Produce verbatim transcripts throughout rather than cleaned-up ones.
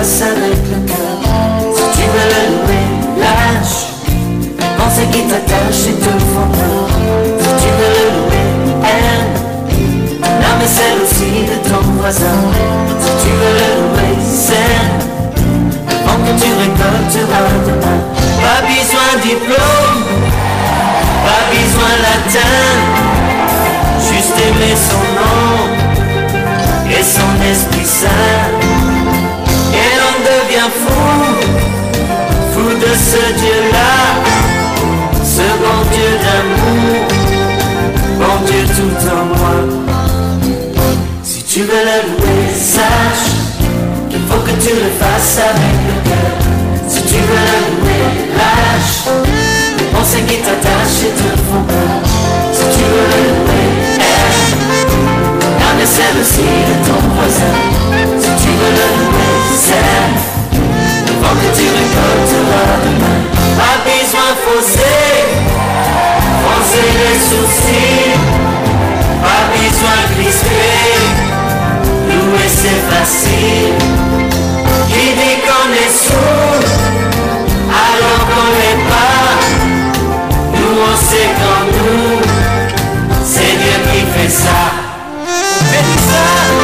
fasse avec le cœur. Si tu veux le louer, lâche. Pensez qui t'attache et te font peur. Si tu veux le louer, aime. L'âme est celle aussi de ton voisin. Si tu veux le louer, sème. Avant que tu récolteras demain. Pas besoin de diplôme, pas besoin latin. Juste aimer son nom et son esprit saint. Et l'on devient fou, fou de ce Dieu-là, ce bon Dieu d'amour, bon Dieu tout en moi. Si tu veux le louer, sache qu'il faut que tu le fasses avec le cœur. Si tu veux le louer, lâche. On sait qui t'attache et te font peur. Si tu veux le louer, aime. L'âme est celle aussi de ton voisin. Si tu veux le louer, sème. Avant que tu récolteras demain. Pas besoin de fausser, froncer les sourcils. Pas besoin de crisper, louer c'est facile. Qui dit qu'on est sourd alors qu'on n'est pas. Nous on sait qu'en nous c'est Dieu qui fait ça. Faites ça.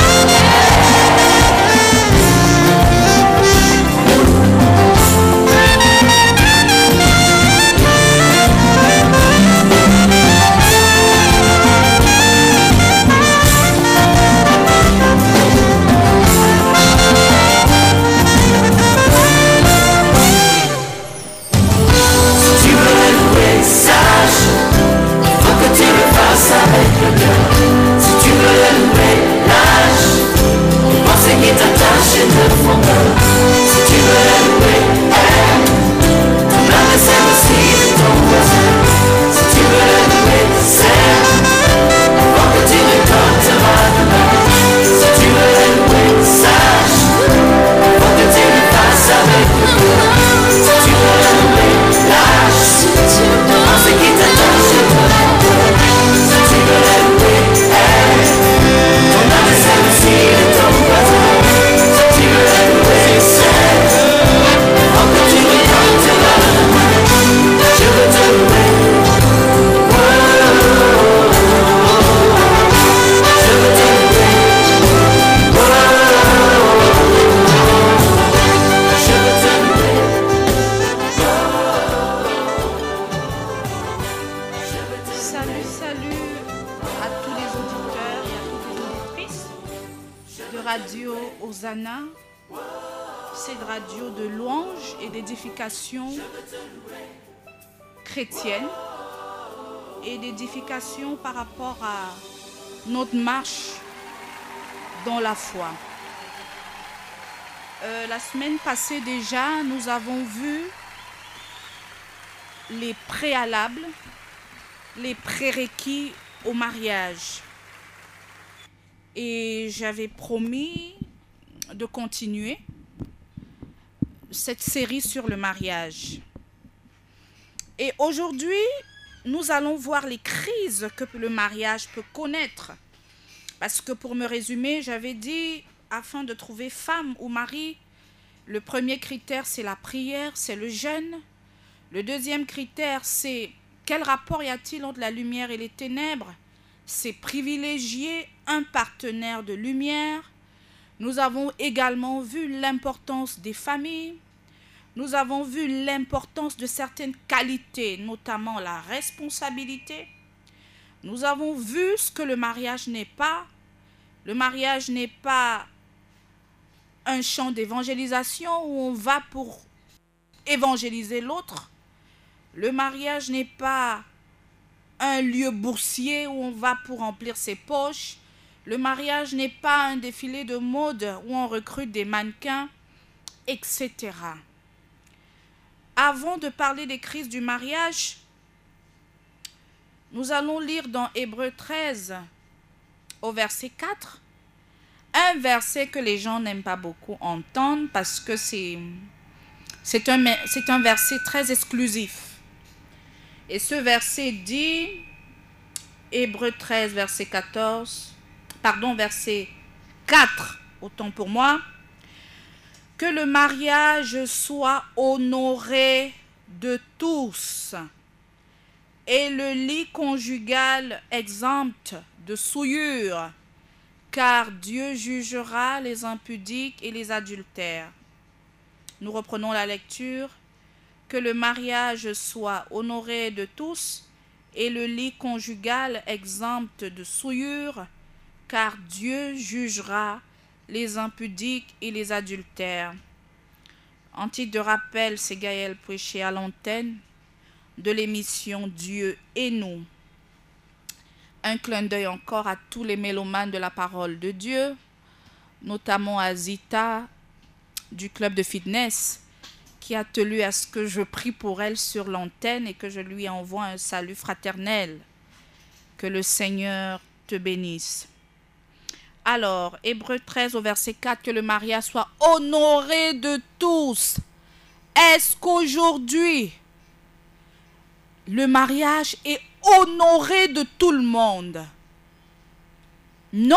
Avec le cœur, si tu veux le louer, lâche. Pensez qui t'attache et te font peur. Si tu veux le louer, aime. Ton âme est celle aussi de ton voisin. Si tu veux le louer, sème. Avant que tu récolteras demain. Si tu veux le louer, sache. Faut que tu le fasses avec le cœur. Si tu veux le louer, lâche. Pensez qui t'attache et te font peur. Si tu veux le louer, aime. Ton âme est celle aussi de ton voisin. Si tu veux le louer, sème. Avant que tu récolteras demain. Je veux te louer. Oh, oh, oh, oh. Je veux te louer. Oh, oh, oh. Je veux te louer. Salut, salut à tous les auditeurs et à toutes les auditrices de Radio Hosanna, cette radio de louange et d'édification chrétienne et d'édification par rapport à notre marche dans la foi. Euh, la semaine passée déjà, nous avons vu les préalables, les prérequis au mariage. Et j'avais promis de continuer cette série sur le mariage. Et aujourd'hui, nous allons voir les crises que le mariage peut connaître. Parce que pour me résumer, j'avais dit, afin de trouver femme ou mari, le premier critère, c'est la prière, c'est le jeûne. Le deuxième critère, c'est quel rapport y a-t-il entre la lumière et les ténèbres? C'est privilégier un partenaire de lumière. Nous avons également vu l'importance des familles. Nous avons vu l'importance de certaines qualités, notamment la responsabilité. Nous avons vu ce que le mariage n'est pas. Le mariage n'est pas un champ d'évangélisation où on va pour évangéliser l'autre. Le mariage n'est pas un lieu boursier où on va pour remplir ses poches. Le mariage n'est pas un défilé de mode où on recrute des mannequins, et cetera. Avant de parler des crises du mariage, nous allons lire dans Hébreux treize, au verset quatre, un verset que les gens n'aiment pas beaucoup entendre parce que c'est, c'est, un, c'est un verset très exclusif. Et ce verset dit, Hébreux treize, verset quatorze, pardon, verset quatre, autant pour moi, que le mariage soit honoré de tous et le lit conjugal exempt de souillure, car Dieu jugera les impudiques et les adultères. Nous reprenons la lecture. Que le mariage soit honoré de tous et le lit conjugal exempt de souillure, car Dieu jugera les impudiques et les adultères. En titre de rappel, c'est Gaël prêché à l'antenne de l'émission Dieu et nous. Un clin d'œil encore à tous les mélomanes de la parole de Dieu, notamment à Zita du club de fitness, qui a tenu à ce que je prie pour elle sur l'antenne et que je lui envoie un salut fraternel. Que le Seigneur te bénisse. Alors, Hébreux treize au verset quatre, que le mariage soit honoré de tous. Est-ce qu'aujourd'hui, le mariage est honoré de tout le monde? Non.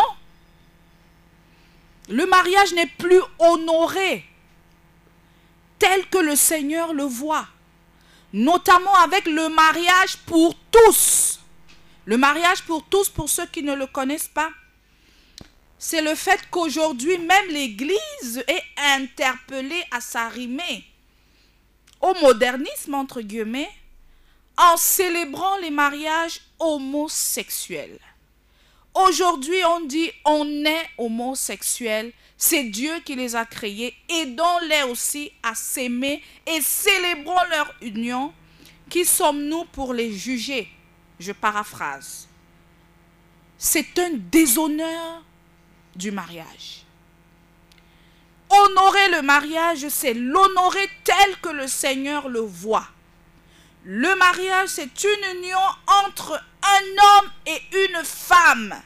Le mariage n'est plus honoré tel que le Seigneur le voit, notamment avec le mariage pour tous. Le mariage pour tous, pour ceux qui ne le connaissent pas, c'est le fait qu'aujourd'hui, même l'Église est interpellée à s'arrimer au modernisme, entre guillemets, en célébrant les mariages homosexuels. Aujourd'hui, on dit on est homosexuel. C'est Dieu qui les a créés. Aidons-les aussi à s'aimer et célébrons leur union. Qui sommes-nous pour les juger? Je paraphrase. C'est un déshonneur du mariage. Honorer le mariage, c'est l'honorer tel que le Seigneur le voit. Le mariage, c'est une union entre un homme et une femme.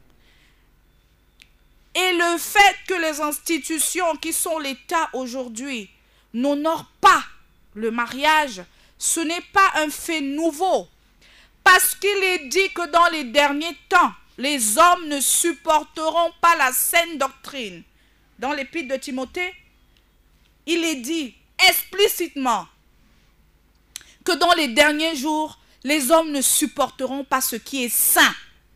Et le fait que les institutions qui sont l'État aujourd'hui n'honorent pas le mariage, ce n'est pas un fait nouveau. Parce qu'il est dit que dans les derniers temps, les hommes ne supporteront pas la saine doctrine. Dans l'épître de Timothée, il est dit explicitement que dans les derniers jours, les hommes ne supporteront pas ce qui est sain.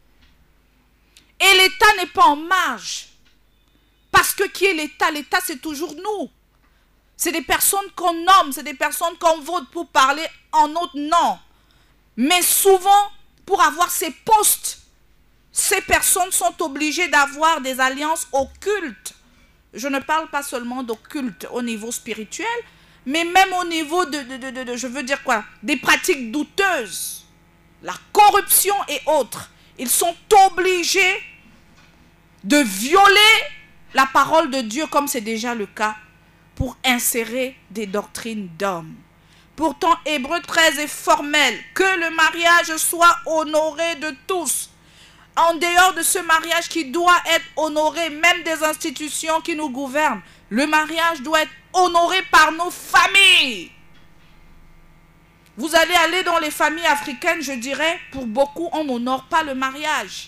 Et l'État n'est pas en marge. Parce que qui est l'État? L'État, c'est toujours nous. C'est des personnes qu'on nomme, c'est des personnes qu'on vote pour parler en notre nom. Mais souvent, pour avoir ces postes, ces personnes sont obligées d'avoir des alliances occultes. Je ne parle pas seulement d'occulte au niveau spirituel, mais même au niveau de, de, de, de, de, je veux dire quoi, des pratiques douteuses, la corruption et autres. Ils sont obligés de violer la parole de Dieu, comme c'est déjà le cas, pour insérer des doctrines d'hommes. Pourtant, Hébreux treize est formel, que le mariage soit honoré de tous. En dehors de ce mariage qui doit être honoré, même des institutions qui nous gouvernent, le mariage doit être honoré par nos familles. Vous allez aller dans les familles africaines, je dirais, pour beaucoup, on n'honore pas le mariage.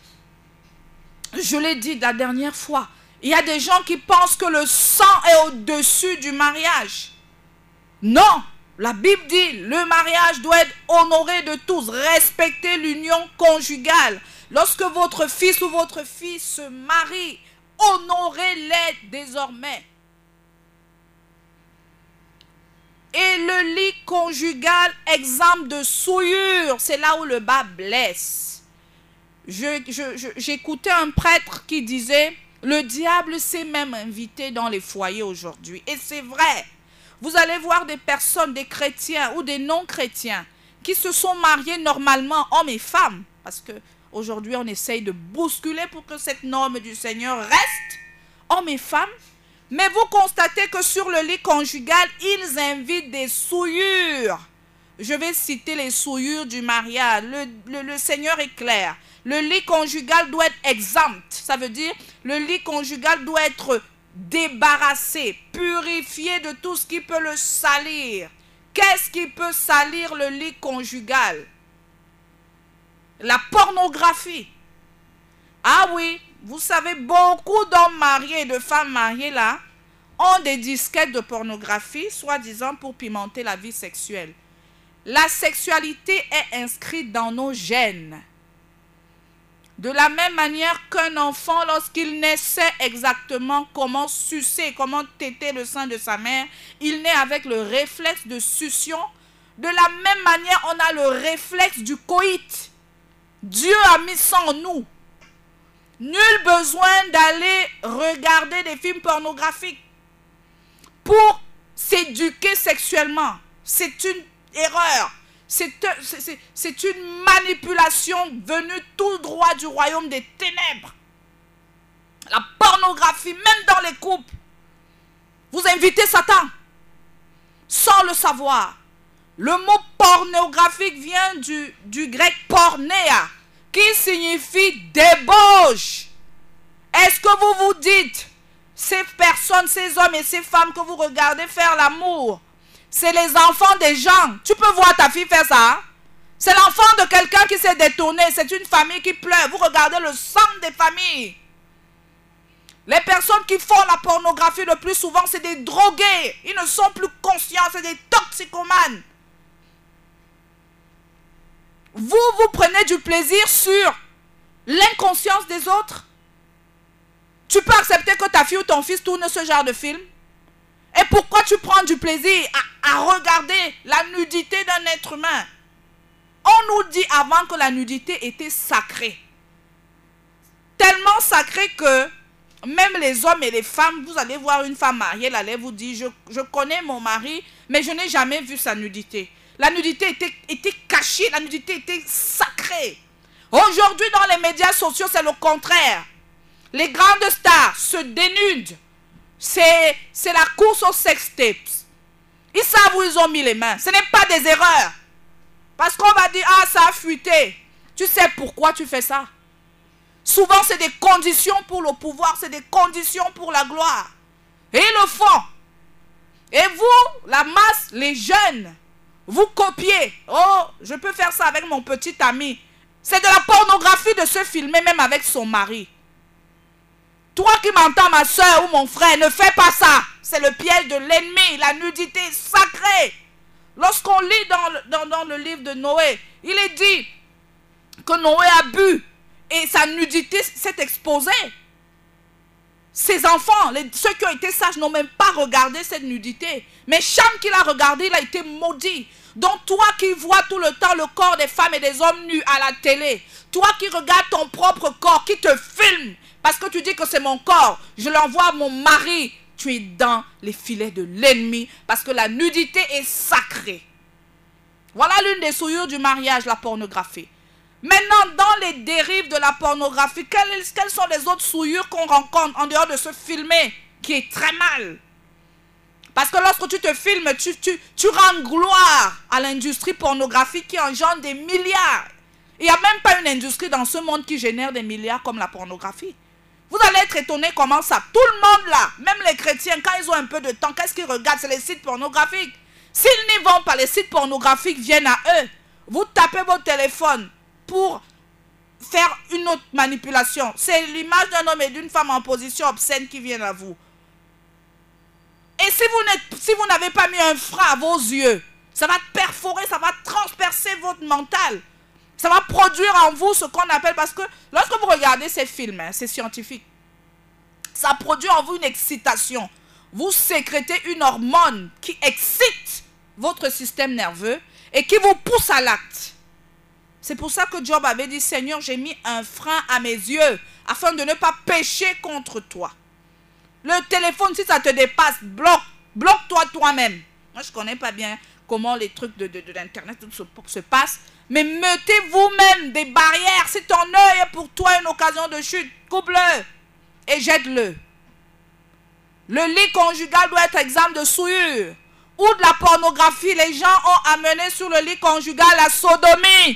Je l'ai dit la dernière fois, il y a des gens qui pensent que le sang est au-dessus du mariage. Non, la Bible dit, le mariage doit être honoré de tous, respecter l'union conjugale. Lorsque votre fils ou votre fille se marie, honorez-les désormais. Et le lit conjugal exempt de souillure, c'est là où le bas blesse. Je, je, je, j'écoutais un prêtre qui disait, le diable s'est même invité dans les foyers aujourd'hui. Et c'est vrai. Vous allez voir des personnes, des chrétiens ou des non-chrétiens qui se sont mariés normalement, hommes et femmes. Parce qu'aujourd'hui, on essaye de bousculer pour que cette norme du Seigneur reste, hommes et femmes. Mais vous constatez que sur le lit conjugal, ils invitent des souillures. Je vais citer les souillures du mariage. Le, le, le Seigneur est clair. Le lit conjugal doit être exempt. Ça veut dire le lit conjugal doit être débarrassé, purifié de tout ce qui peut le salir. Qu'est-ce qui peut salir le lit conjugal? La pornographie. Ah oui, vous savez, beaucoup d'hommes mariés et de femmes mariées là ont des disquettes de pornographie, soi-disant pour pimenter la vie sexuelle. La sexualité est inscrite dans nos gènes. De la même manière qu'un enfant, lorsqu'il naît, sait exactement comment sucer, comment téter le sein de sa mère, il naît avec le réflexe de succion. De la même manière, on a le réflexe du coït. Dieu a mis ça en nous. Nul besoin d'aller regarder des films pornographiques pour s'éduquer sexuellement. C'est une erreur. C'est une manipulation venue tout droit du royaume des ténèbres. La pornographie, même dans les couples. Vous invitez Satan sans le savoir. Le mot pornographique vient du, du grec pornéa, qui signifie débauche. Est-ce que vous vous dites, ces personnes, ces hommes et ces femmes que vous regardez faire l'amour, c'est les enfants des gens? Tu peux voir ta fille faire ça. C'est l'enfant de quelqu'un qui s'est détourné. C'est une famille qui pleure. Vous regardez le sang des familles. Les personnes qui font la pornographie le plus souvent, c'est des drogués. Ils ne sont plus conscients. C'est des toxicomanes. Vous, vous prenez du plaisir sur l'inconscience des autres. Tu peux accepter que ta fille ou ton fils tourne ce genre de film? Et pourquoi tu prends du plaisir à, à regarder la nudité d'un être humain? On nous dit avant que la nudité était sacrée. Tellement sacrée que même les hommes et les femmes, vous allez voir une femme mariée, elle allait vous dire, je, je connais mon mari, mais je n'ai jamais vu sa nudité. La nudité était, était cachée, la nudité était sacrée. Aujourd'hui, dans les médias sociaux, c'est le contraire. Les grandes stars se dénudent. C'est la course aux sex tapes. Ils savent où ils ont mis les mains. Ce n'est pas des erreurs. Parce qu'on va dire, ah, ça a fuité. Tu sais pourquoi tu fais ça? Souvent, c'est des conditions pour le pouvoir, c'est des conditions pour la gloire. Et ils le font. Et vous, la masse, les jeunes, vous copiez. Oh, je peux faire ça avec mon petit ami. C'est de la pornographie de se filmer même avec son mari. Toi qui m'entends, ma soeur ou mon frère, ne fais pas ça. C'est le piège de l'ennemi. La nudité est sacrée. Lorsqu'on lit dans le, dans, dans le livre de Noé, il est dit que Noé a bu et sa nudité s'est exposée. Ses enfants, les, ceux qui ont été sages, n'ont même pas regardé cette nudité. Mais Cham qui l'a regardé, il a été maudit. Donc toi qui vois tout le temps le corps des femmes et des hommes nus à la télé, toi qui regardes ton propre corps, qui te filme, parce que tu dis que c'est mon corps, je l'envoie à mon mari, tu es dans les filets de l'ennemi, parce que la nudité est sacrée. Voilà l'une des souillures du mariage, la pornographie. Maintenant, dans les dérives de la pornographie, quelles, quelles sont les autres souillures qu'on rencontre en dehors de se filmer, qui est très mal? Parce que lorsque tu te filmes, tu, tu, tu rends gloire à l'industrie pornographique qui engendre des milliards. Il n'y a même pas une industrie dans ce monde qui génère des milliards comme la pornographie. Vous allez être étonné comment ça. Tout le monde là, même les chrétiens, quand ils ont un peu de temps, qu'est-ce qu'ils regardent? C'est les sites pornographiques. S'ils n'y vont pas, les sites pornographiques viennent à eux. Vous tapez votre téléphone pour faire une autre manipulation. C'est l'image d'un homme et d'une femme en position obscène qui viennent à vous. Et si vous si vous n'avez pas mis un frein à vos yeux, ça va perforer, ça va transpercer votre mental. Ça va produire en vous ce qu'on appelle, parce que lorsque vous regardez ces films, hein, c'est scientifique, ça produit en vous une excitation. Vous sécrétez une hormone qui excite votre système nerveux et qui vous pousse à l'acte. C'est pour ça que Job avait dit, Seigneur, j'ai mis un frein à mes yeux afin de ne pas pécher contre toi. Le téléphone, si ça te dépasse, bloque, bloque-toi toi-même. Moi, je ne connais pas bien comment les trucs de, de, de l'internet se, se passent. Mais mettez vous-même des barrières. Si ton œil est pour toi une occasion de chute, coupe-le et jette-le. Le lit conjugal doit être exempt de souillure. Ou de la pornographie. Les gens ont amené sur le lit conjugal la sodomie.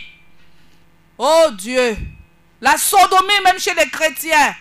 Oh Dieu. La sodomie même chez les chrétiens.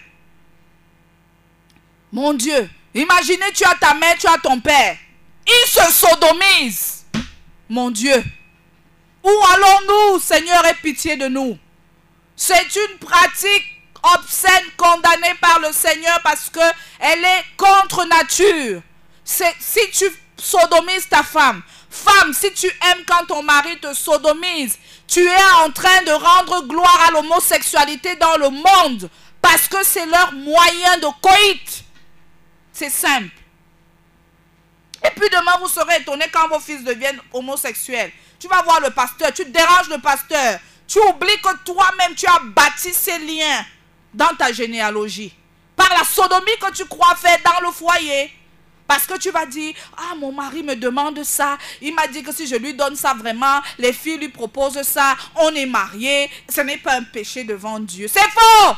Mon Dieu. Imaginez, tu as ta mère, tu as ton père. Ils se sodomisent. Mon Dieu. Où allons-nous, Seigneur, aie pitié de nous? C'est une pratique obscène condamnée par le Seigneur parce qu'elle est contre nature. C'est si tu sodomises ta femme. Femme, si tu aimes quand ton mari te sodomise, tu es en train de rendre gloire à l'homosexualité dans le monde parce que c'est leur moyen de coït. C'est simple. Et puis demain, vous serez étonnés quand vos fils deviennent homosexuels. Tu vas voir le pasteur, tu déranges le pasteur. Tu oublies que toi-même, tu as bâti ces liens dans ta généalogie. Par la sodomie que tu crois faire dans le foyer. Parce que tu vas dire, ah, mon mari me demande ça. Il m'a dit que si je lui donne ça vraiment, les filles lui proposent ça. On est mariés. Ce n'est pas un péché devant Dieu. C'est faux!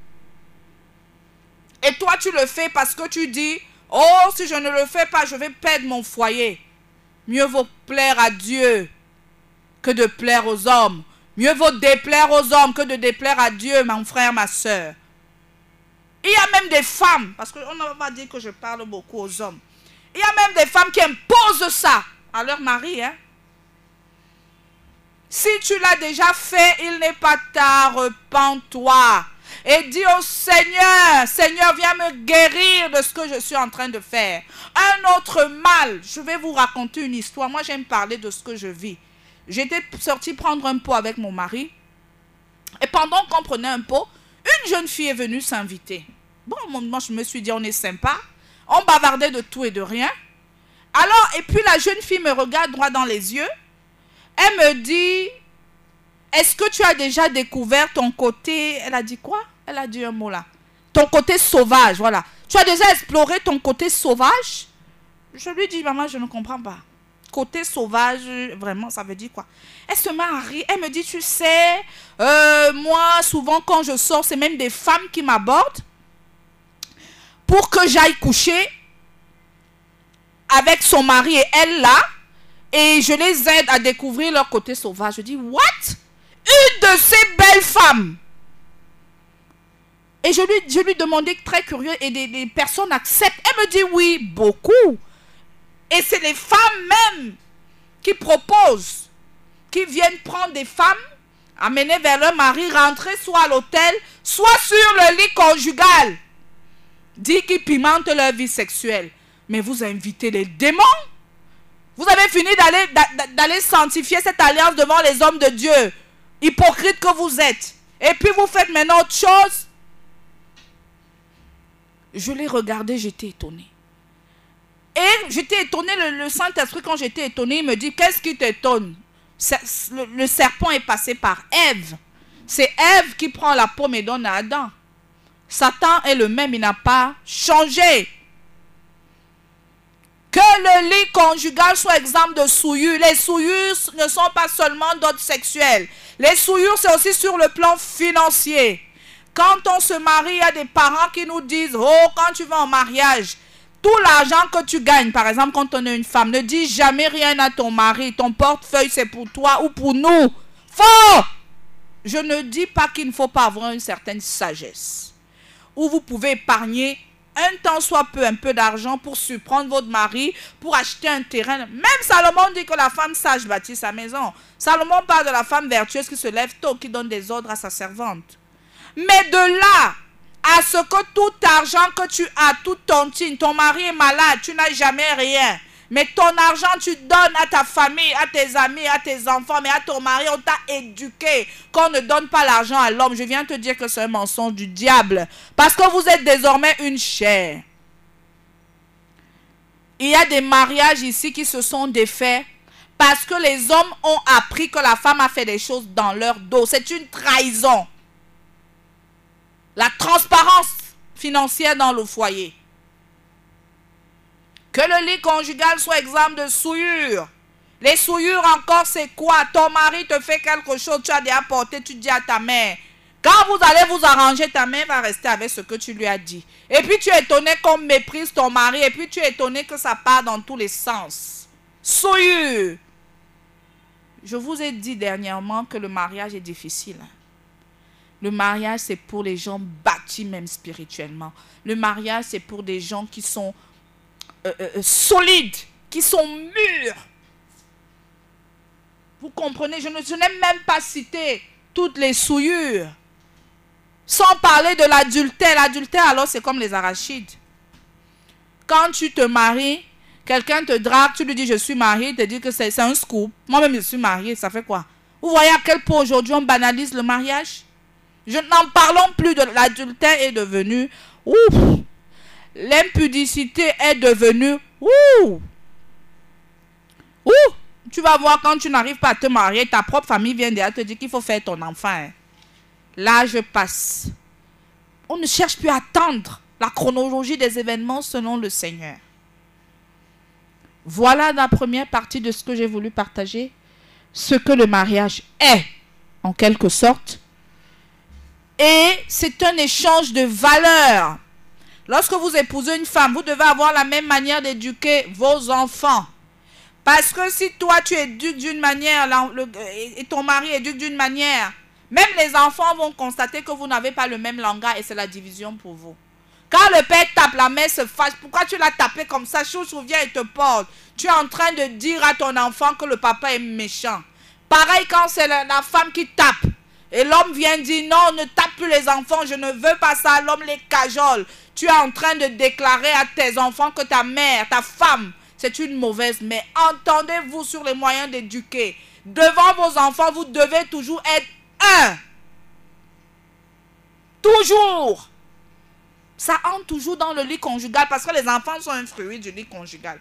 Et toi, tu le fais parce que tu dis, oh, si je ne le fais pas, je vais perdre mon foyer. Mieux vaut plaire à Dieu que de plaire aux hommes. Mieux vaut déplaire aux hommes que de déplaire à Dieu, mon frère, ma soeur. Il y a même des femmes, parce qu'on ne va pas dire que je parle beaucoup aux hommes. Il y a même des femmes qui imposent ça à leur mari. Hein? Si tu l'as déjà fait, il n'est pas tard, repens-toi. Et dis au Seigneur, Seigneur, viens me guérir de ce que je suis en train de faire. Un autre mal, je vais vous raconter une histoire. Moi, j'aime parler de ce que je vis. J'étais sortie prendre un pot avec mon mari. Et pendant qu'on prenait un pot, une jeune fille est venue s'inviter. Bon, moi, je me suis dit, on est sympa. On bavardait de tout et de rien. Alors, et puis la jeune fille me regarde droit dans les yeux. Elle me dit, est-ce que tu as déjà découvert ton côté... Elle a dit quoi? Elle a dit un mot là. Ton côté sauvage, voilà. Tu as déjà exploré ton côté sauvage? Je lui dis, maman, je ne comprends pas. Côté sauvage, vraiment, ça veut dire quoi? Elle se met à rire. Elle me dit, tu sais, euh, moi, souvent, quand je sors, c'est même des femmes qui m'abordent pour que j'aille coucher avec son mari et elle là, et je les aide à découvrir leur côté sauvage. Je dis, what? Une de ces belles femmes. Et je lui, je lui demandais, très curieux, et des, des personnes acceptent. Elle me dit, oui, beaucoup. Et c'est les femmes même qui proposent, qui viennent prendre des femmes, amener vers leur mari, rentrer soit à l'hôtel, soit sur le lit conjugal. Dit qu'ils pimentent leur vie sexuelle. Mais vous invitez les démons. Vous avez fini d'aller d'aller sanctifier cette alliance devant les hommes de Dieu. Hypocrite que vous êtes. Et puis vous faites maintenant autre chose. Je l'ai regardé, j'étais étonnée. Et j'étais étonnée, le, le Saint-Esprit, quand j'étais étonnée, il me dit, qu'est-ce qui t'étonne? Le, le serpent est passé par Ève. C'est Ève qui prend la pomme et donne à Adam. Satan est le même, il n'a pas changé. Que le lit conjugal soit exempt de souillure. Les souillures ne sont pas seulement d'ordre sexuel. Les souillures, c'est aussi sur le plan financier. Quand on se marie, il y a des parents qui nous disent, oh, quand tu vas en mariage, tout l'argent que tu gagnes, par exemple, quand on est une femme, ne dis jamais rien à ton mari. Ton portefeuille, c'est pour toi ou pour nous. Faux! Je ne dis pas qu'il ne faut pas avoir une certaine sagesse. Où vous pouvez épargner un temps soit peu, un peu d'argent pour surprendre votre mari, pour acheter un terrain. Même Salomon dit que la femme sage bâtit sa maison. Salomon parle de la femme vertueuse qui se lève tôt, qui donne des ordres à sa servante. Mais de là à ce que tout argent que tu as, tout tontine, ton mari est malade, tu n'as jamais rien. Mais ton argent, tu donnes à ta famille, à tes amis, à tes enfants, mais à ton mari, on t'a éduqué qu'on ne donne pas l'argent à l'homme. Je viens te dire que c'est un mensonge du diable. Parce que vous êtes désormais une chair. Il y a des mariages ici qui se sont défaits parce que les hommes ont appris que la femme a fait des choses dans leur dos. C'est une trahison. La transparence financière dans le foyer. Que le lit conjugal soit exempt de souillure. Les souillures encore, c'est quoi? Ton mari te fait quelque chose, tu as déjà porté, tu dis à ta mère. Quand vous allez vous arranger, ta mère va rester avec ce que tu lui as dit. Et puis tu es étonné qu'on méprise ton mari, et puis tu es étonné que ça part dans tous les sens. Souillure. Je vous ai dit dernièrement que le mariage est difficile. Le mariage, c'est pour les gens bâtis même spirituellement. Le mariage, c'est pour des gens qui sont euh, euh, solides, qui sont mûrs. Vous comprenez? Je ne je n'ai même pas cité toutes les souillures. Sans parler de l'adultère. L'adultère, alors, c'est comme les arachides. Quand tu te maries, Quelqu'un te drague, tu lui dis je suis marié, il te dit que c'est un scoop. Moi-même je suis marié, ça fait quoi? Vous voyez à quel point aujourd'hui on banalise le mariage? Je n'en parlons plus de l'adultère est devenu ouf. L'impudicité est devenue ouh. Ouh. Tu vas voir quand tu n'arrives pas à te marier, ta propre famille vient derrière te dire qu'il faut faire ton enfant. Hein. L'âge passe. On ne cherche plus à attendre la chronologie des événements selon le Seigneur. Voilà la première partie de ce que j'ai voulu partager. Ce que le mariage est, en quelque sorte. Et c'est un échange de valeurs. Lorsque vous épousez une femme, vous devez avoir la même manière d'éduquer vos enfants. Parce que si toi tu éduques d'une manière et ton mari éduque d'une manière, même les enfants vont constater que vous n'avez pas le même langage et c'est la division pour vous. Quand le père tape, la mère se fâche. Pourquoi tu l'as tapé comme ça? Chouchou vient et te porte. Tu es en train de dire à ton enfant que le papa est méchant. Pareil quand c'est la, la femme qui tape. Et l'homme vient dire non, ne tape plus les enfants, je ne veux pas ça. L'homme les cajole. Tu es en train de déclarer à tes enfants que ta mère, ta femme, c'est une mauvaise mère. Entendez-vous sur les moyens d'éduquer. Devant vos enfants, vous devez toujours être un. Toujours. Ça entre toujours dans le lit conjugal parce que les enfants sont un fruit du lit conjugal.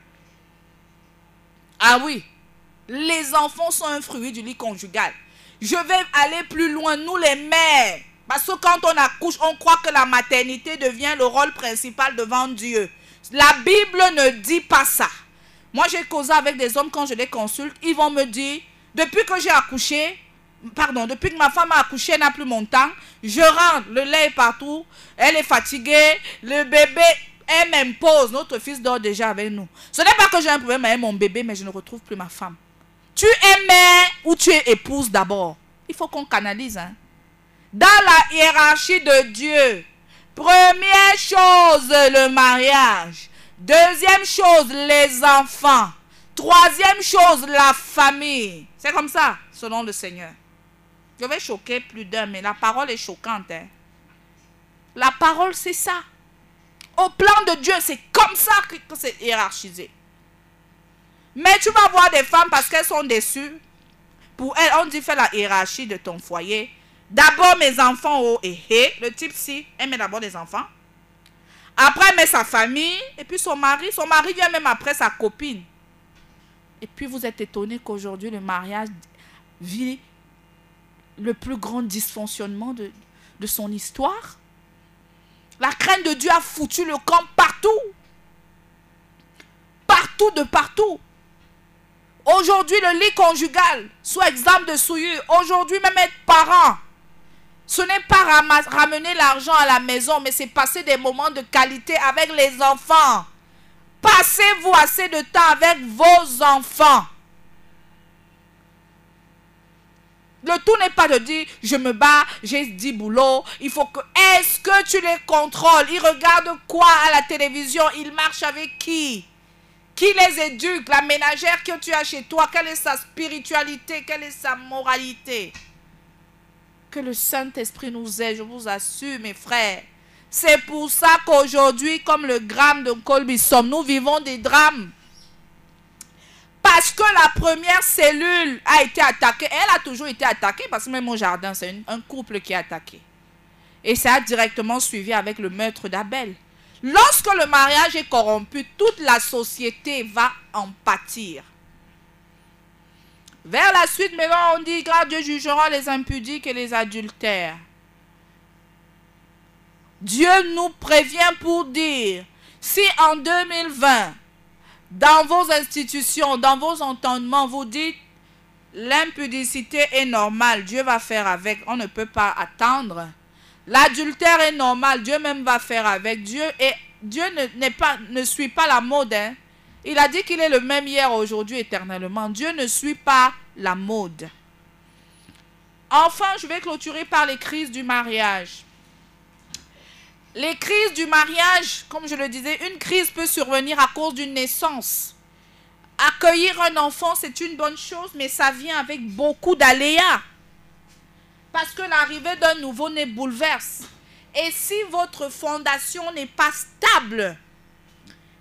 Ah oui, les enfants sont un fruit du lit conjugal. Je vais aller plus loin, nous les mères. Parce que quand on accouche, on croit que la maternité devient le rôle principal devant Dieu. La Bible ne dit pas ça. Moi, j'ai causé avec des hommes quand je les consulte. Ils vont me dire, depuis que j'ai accouché, pardon, depuis que ma femme a accouché, elle n'a plus mon temps. Je rentre, le lait est partout. Elle est fatiguée. Le bébé, elle m'impose. Notre fils dort déjà avec nous. Ce n'est pas que j'ai un problème avec mon bébé, mais je ne retrouve plus ma femme. Tu es mère ou tu es épouse d'abord. Il faut qu'on canalise. Hein. Dans la hiérarchie de Dieu, première chose, le mariage. Deuxième chose, les enfants. Troisième chose, la famille. C'est comme ça, selon le Seigneur. Je vais choquer plus d'un, mais la parole est choquante. Hein. La parole, c'est ça. Au plan de Dieu, c'est comme ça que c'est hiérarchisé. Mais tu vas voir des femmes parce qu'elles sont déçues. Pour elles, on dit fais la hiérarchie de ton foyer. D'abord mes enfants, oh, et hey, le type si, elle met d'abord des enfants. Après, elle met sa famille. Et puis son mari, son mari vient même après sa copine. Et puis vous êtes étonné qu'aujourd'hui le mariage vit le plus grand dysfonctionnement de, de son histoire. La crainte de Dieu a foutu le camp partout. Partout de partout. Aujourd'hui, le lit conjugal, sous exemple de souillure. Aujourd'hui, même être parent, ce n'est pas ram- ramener l'argent à la maison, mais c'est passer des moments de qualité avec les enfants. Passez-vous assez de temps avec vos enfants. Le tout n'est pas de dire, je me bats, j'ai dix boulots, il faut que... Est-ce que tu les contrôles? Ils regardent quoi à la télévision? Ils marchent avec qui? Qui les éduque? La ménagère que tu as chez toi, quelle est sa spiritualité? Quelle est sa moralité? Que le Saint-Esprit nous aide, je vous assure, mes frères. C'est pour ça qu'aujourd'hui, comme le drame de Colbisson, nous vivons des drames. Parce que la première cellule a été attaquée. Elle a toujours été attaquée parce que même au jardin, c'est un couple qui est attaqué. Et ça a directement suivi avec le meurtre d'Abel. Lorsque le mariage est corrompu, toute la société va en pâtir. Vers la suite, maintenant, on dit, car Dieu jugera les impudiques et les adultères. Dieu nous prévient pour dire, si en deux mille vingt, dans vos institutions, dans vos entendements, vous dites, l'impudicité est normale, Dieu va faire avec, on ne peut pas attendre. L'adultère est normal, Dieu même va faire avec. Dieu, et Dieu ne, n'est pas, ne suit pas la mode. Hein. Il a dit qu'il est le même hier, aujourd'hui, éternellement. Dieu ne suit pas la mode. Enfin, je vais clôturer par les crises du mariage. Les crises du mariage, comme je le disais, une crise peut survenir à cause d'une naissance. Accueillir un enfant, c'est une bonne chose, mais ça vient avec beaucoup d'aléas. Parce que l'arrivée d'un nouveau-né bouleverse. Et si votre fondation n'est pas stable,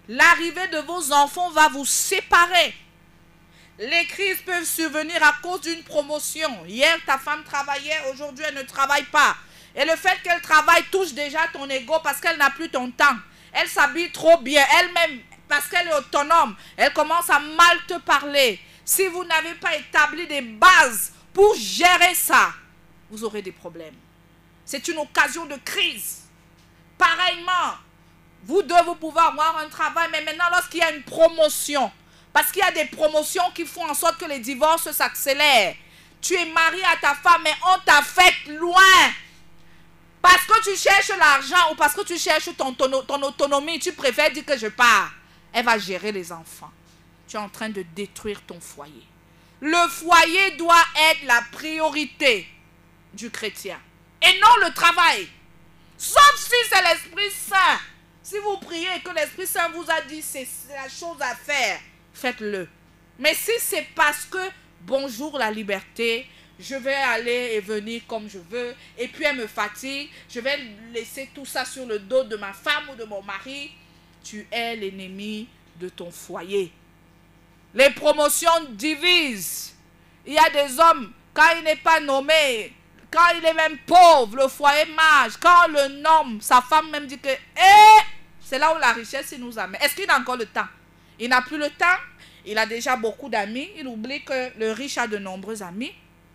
L'arrivée de vos enfants va vous séparer. Les crises peuvent survenir à cause d'une promotion. Hier, ta femme travaillait, aujourd'hui, elle ne travaille pas. Et le fait qu'elle travaille touche déjà ton ego parce qu'elle n'a plus ton temps. Elle s'habille trop bien, elle-même, parce qu'elle est autonome. Elle commence à mal te parler. Si vous n'avez pas établi des bases pour gérer ça, vous aurez des problèmes. C'est une occasion de crise. Pareillement, vous deux, vous pouvez avoir un travail, mais maintenant, lorsqu'il y a une promotion, parce qu'il y a des promotions qui font en sorte que les divorces s'accélèrent. Tu es marié à ta femme, mais on t'a fait loin. Parce que tu cherches l'argent ou parce que tu cherches ton, ton, ton autonomie, tu préfères dire que je pars. Elle va gérer les enfants. Tu es en train de détruire ton foyer. Le foyer doit être la priorité du chrétien. Et non le travail. Sauf si c'est l'Esprit Saint. Si vous priez et que l'Esprit Saint vous a dit c'est la chose à faire, faites-le. Mais si c'est parce que bonjour la liberté, je vais aller et venir comme je veux, et puis elle me fatigue, je vais laisser tout ça sur le dos de ma femme ou de mon mari, tu es l'ennemi de ton foyer. Les promotions divisent. Il y a des hommes, quand il n'est pas nommé, quand il est même pauvre, le foyer marche. Quand on le nomme, sa femme même dit que eh, c'est là où la richesse il nous amène. Est-ce qu'il a encore le temps? Il n'a plus le temps. Il a déjà beaucoup d'amis. Il oublie que le riche a de nombreux amis.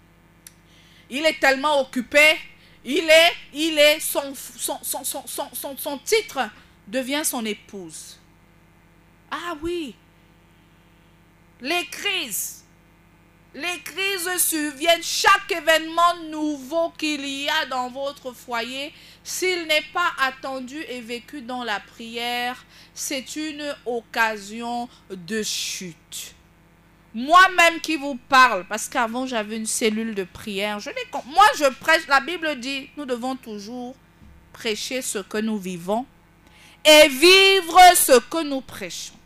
Il est tellement occupé. Il est, il est son, son, son, son, son, son, son titre devient son épouse. Ah oui. Les crises. Les crises surviennent, chaque événement nouveau qu'il y a dans votre foyer, s'il n'est pas attendu et vécu dans la prière, c'est une occasion de chute. Moi-même qui vous parle, parce qu'avant j'avais une cellule de prière, je l'ai, moi je prêche, la Bible dit, nous devons toujours prêcher ce que nous vivons et vivre ce que nous prêchons.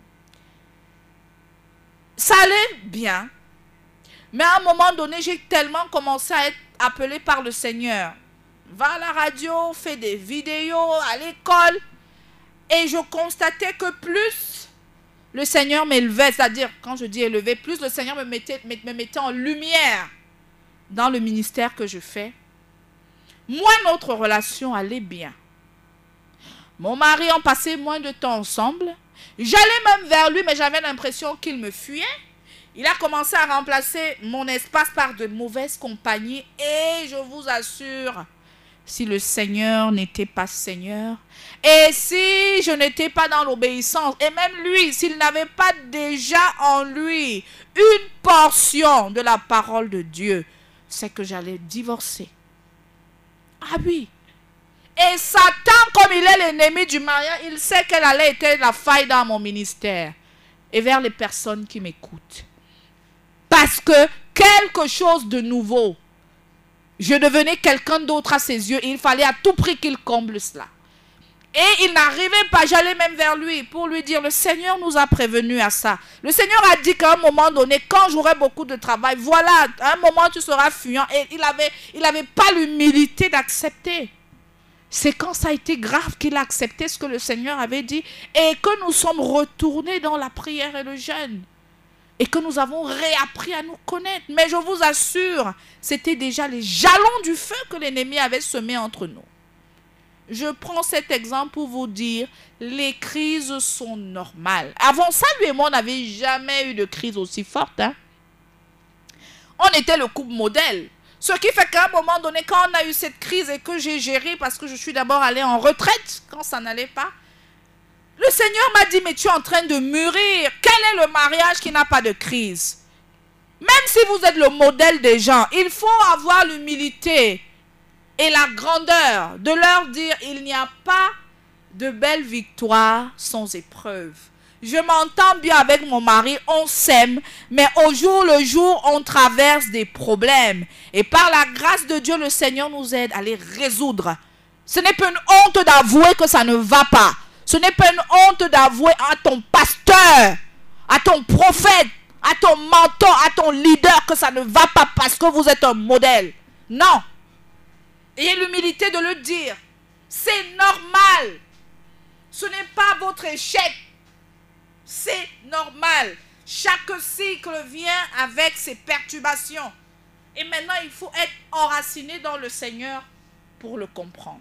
Ça allait bien. Mais à un moment donné, j'ai tellement commencé à être appelé par le Seigneur. Va à la radio, fais des vidéos, à l'école. Et je constatais que plus le Seigneur m'élevait, c'est-à-dire, quand je dis élevé, plus le Seigneur me mettait, me, me mettait en lumière dans le ministère que je fais, moins notre relation allait bien. Mon mari, on passait moins de temps ensemble. J'allais même vers lui, mais j'avais l'impression qu'il me fuyait. Il a commencé à remplacer mon espace par de mauvaises compagnies. Et je vous assure, si le Seigneur n'était pas Seigneur, et si je n'étais pas dans l'obéissance, et même lui, s'il n'avait pas déjà en lui une portion de la parole de Dieu, c'est que j'allais divorcer. Ah oui. Et Satan, comme il est l'ennemi du mariage, il sait quelle allait être la faille dans mon ministère et vers les personnes qui m'écoutent. Parce que quelque chose de nouveau, je devenais quelqu'un d'autre à ses yeux et il fallait à tout prix qu'il comble cela. Et il n'arrivait pas, j'allais même vers lui pour lui dire, le Seigneur nous a prévenus à ça. Le Seigneur a dit qu'à un moment donné, quand j'aurai beaucoup de travail, voilà, à un moment tu seras fuyant. Et il n'avait il avait pas l'humilité d'accepter. C'est quand ça a été grave qu'il a accepté ce que le Seigneur avait dit et que nous sommes retournés dans la prière et le jeûne. Et que nous avons réappris à nous connaître. Mais je vous assure, c'était déjà les jalons du feu que l'ennemi avait semés entre nous. Je prends cet exemple pour vous dire, les crises sont normales. Avant ça, lui et moi, on n'avait jamais eu de crise aussi forte. Hein? On était le couple modèle. Ce qui fait qu'à un moment donné, quand on a eu cette crise et que j'ai géré, parce que je suis d'abord allée en retraite, quand ça n'allait pas, le Seigneur m'a dit, mais tu es en train de mûrir. Quel est le mariage qui n'a pas de crise? Même si vous êtes le modèle des gens, il faut avoir l'humilité et la grandeur de leur dire, il n'y a pas de belle victoire sans épreuve. Je m'entends bien avec mon mari, on s'aime, mais au jour le jour, on traverse des problèmes. Et par la grâce de Dieu, le Seigneur nous aide à les résoudre. Ce n'est pas une honte d'avouer que ça ne va pas. Ce n'est pas une honte d'avouer à ton pasteur, à ton prophète, à ton mentor, à ton leader que ça ne va pas parce que vous êtes un modèle. Non. Ayez l'humilité de le dire. C'est normal. Ce n'est pas votre échec c'est normal. Chaque cycle vient avec ses perturbations. Et maintenant, il faut être enraciné dans le Seigneur pour le comprendre.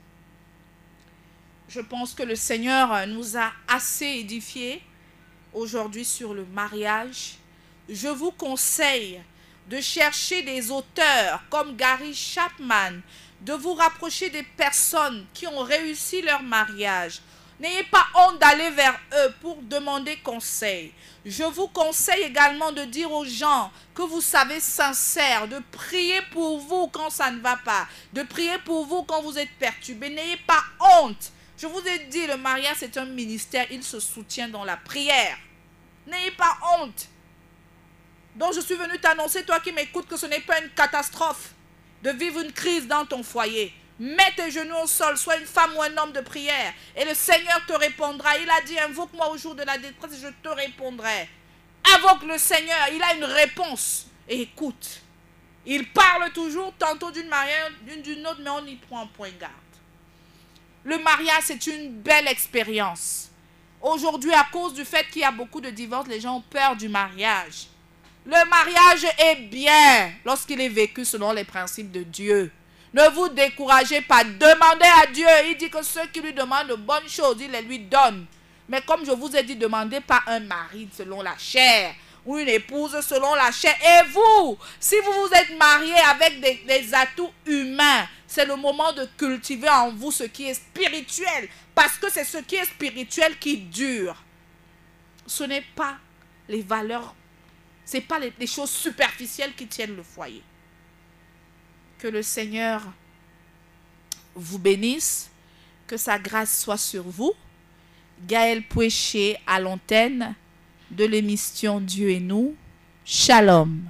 Je pense que le Seigneur nous a assez édifiés aujourd'hui sur le mariage. Je vous conseille de chercher des auteurs comme Gary Chapman, de vous rapprocher des personnes qui ont réussi leur mariage. N'ayez pas honte d'aller vers eux pour demander conseil. Je vous conseille également de dire aux gens que vous savez sincères, de prier pour vous quand ça ne va pas, de prier pour vous quand vous êtes perturbé. N'ayez pas honte. Je vous ai dit, le mariage c'est un ministère, il se soutient dans la prière. N'ayez pas honte. Donc je suis venu t'annoncer, toi qui m'écoutes, que ce n'est pas une catastrophe de vivre une crise dans ton foyer. Mets tes genoux au sol, sois une femme ou un homme de prière. Et le Seigneur te répondra. Il a dit, invoque-moi au jour de la détresse et je te répondrai. Invoque le Seigneur, il a une réponse. Et écoute, il parle toujours, tantôt d'une manière, d'une autre, mais on y prend point garde. Le mariage, c'est une belle expérience. Aujourd'hui, à cause du fait qu'il y a beaucoup de divorces, les gens ont peur du mariage. Le mariage est bien lorsqu'il est vécu selon les principes de Dieu. Ne vous découragez pas. Demandez à Dieu. Il dit que ceux qui lui demandent de bonnes choses, il les lui donne. Mais comme je vous ai dit, demandez pas un mari selon la chair ou une épouse selon la chair. Et vous, si vous vous êtes marié avec des, des atouts humains, c'est le moment de cultiver en vous ce qui est spirituel. Parce que c'est ce qui est spirituel qui dure. Ce n'est pas les valeurs, ce n'est pas les, les choses superficielles qui tiennent le foyer. Que le Seigneur vous bénisse, que sa grâce soit sur vous. Gaël Pouéché à l'antenne de l'émission Dieu et nous. Shalom.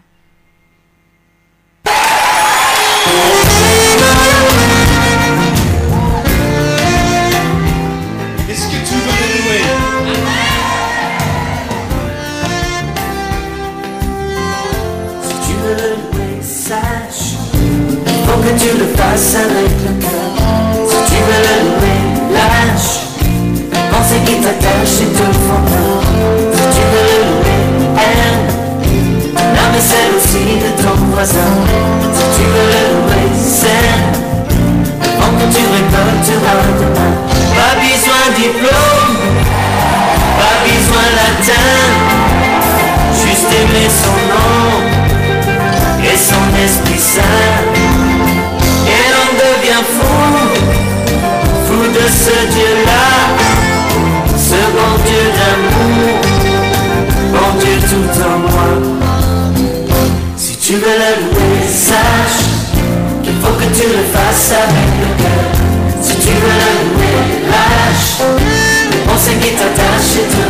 Est-ce que tu veux le louer? Si tu veux le louer, sache, faut que tu le fasses avec le cœur. Si tu veux le louer, lâche pensées qui t'attachent et te font peur. Si tu veux le louer, aime l'âme et celle aussi de ton voisin. Si tu veux le louer, sème avant que tu récolteras demain. Pas besoin de diplôme, pas besoin latin, juste aimer son nom et son esprit saint. Et l'on devient fou, fou de ce Dieu-là, ce bon Dieu d'amour, bon Dieu tout en moi. Si tu veux le louer, sache qu'il faut que tu le fasses avec le cœur. Si tu veux le louer, lâche les pensées qui t'attachent et te